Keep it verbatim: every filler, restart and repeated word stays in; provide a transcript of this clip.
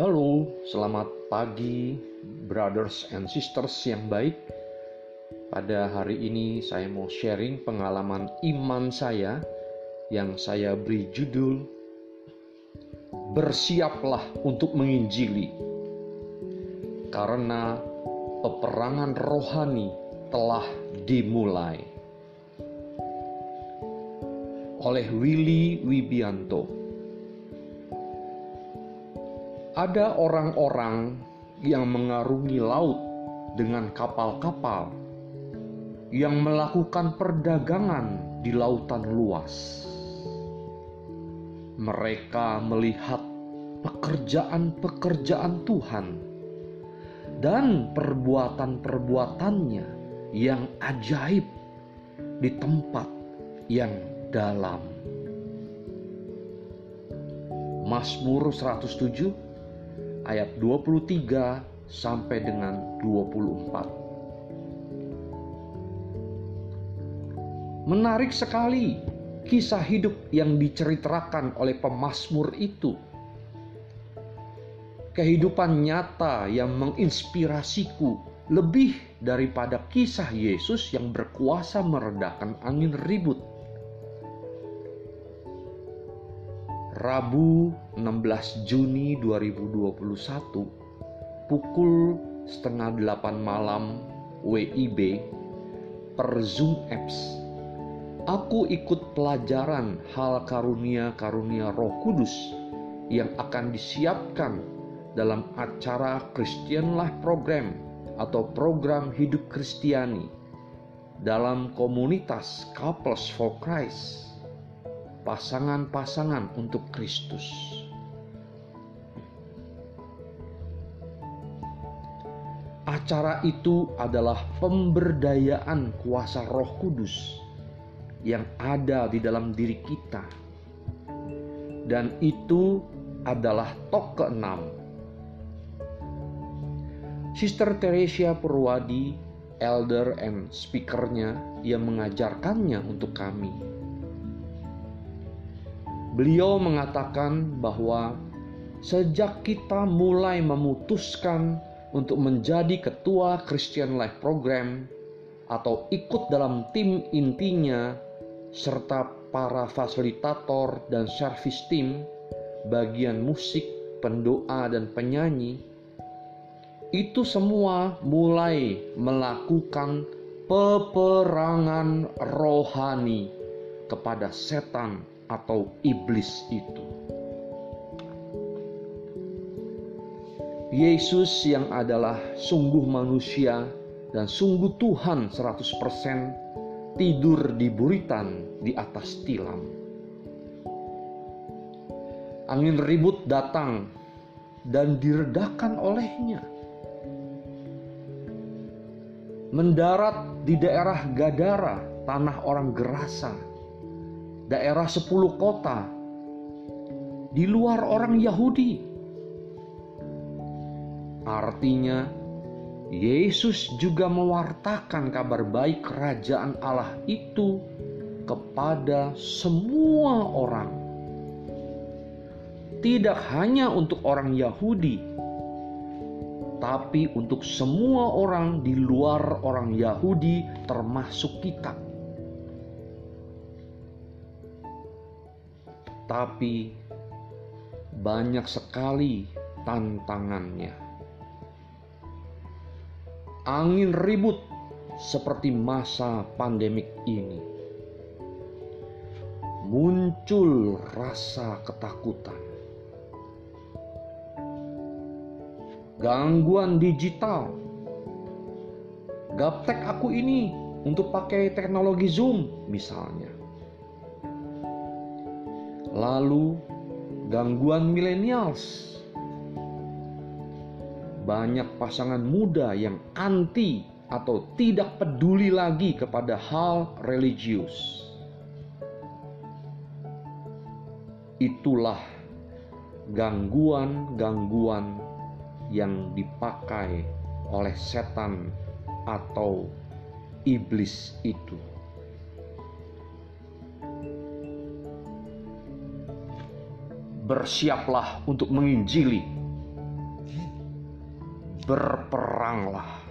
Halo, selamat pagi brothers and sisters yang baik. Pada hari ini saya mau sharing pengalaman iman saya yang saya beri judul Bersiaplah untuk menginjili, karena peperangan rohani telah dimulai. Oleh Willy Wibianto. Ada orang-orang yang mengarungi laut dengan kapal-kapal yang melakukan perdagangan di lautan luas. Mereka melihat pekerjaan-pekerjaan Tuhan dan perbuatan-perbuatannya yang ajaib di tempat yang dalam. Mazmur seratus tujuh ayat dua puluh tiga sampai dengan dua puluh empat. Menarik sekali kisah hidup yang diceritakan oleh pemazmur itu. Kehidupan nyata yang menginspirasiku lebih daripada kisah Yesus yang berkuasa meredakan angin ribut. Rabu enam belas Juni dua ribu dua puluh satu pukul setengah delapan malam W I B per Zoom Apps, aku ikut pelajaran hal karunia-karunia Roh Kudus yang akan disiapkan dalam acara Christian Life Program atau program hidup Kristiani dalam komunitas Couples for Christ. Pasangan-pasangan untuk Kristus. Acara itu adalah pemberdayaan kuasa Roh Kudus yang ada di dalam diri kita. Dan itu adalah talk keenam. Sister Teresia Purwadi, elder and speakernya, yang mengajarkannya untuk kami. Beliau mengatakan bahwa sejak kita mulai memutuskan untuk menjadi ketua Christian Life Program atau ikut dalam tim intinya serta para fasilitator dan service team, bagian musik, pendoa dan penyanyi, itu semua mulai melakukan peperangan rohani kepada setan atau iblis itu. Yesus yang adalah sungguh manusia dan sungguh Tuhan seratus persen tidur di buritan di atas tilam. Angin ribut datang dan diredakan olehnya. Mendarat di daerah Gadara, tanah orang Gerasa, daerah sepuluh kota, di luar orang Yahudi. Artinya, Yesus juga mewartakan kabar baik kerajaan Allah itu kepada semua orang. Tidak hanya untuk orang Yahudi, tapi untuk semua orang di luar orang Yahudi, termasuk kita. Tapi banyak sekali tantangannya. Angin ribut seperti masa pandemik ini. Muncul rasa ketakutan. Gangguan digital. Gaptek aku ini untuk pakai teknologi Zoom misalnya. Lalu gangguan millennials. Banyak pasangan muda yang anti atau tidak peduli lagi kepada hal religius. Itulah gangguan-gangguan yang dipakai oleh setan atau iblis itu. bersiaplah untuk menginjili. berperanglah.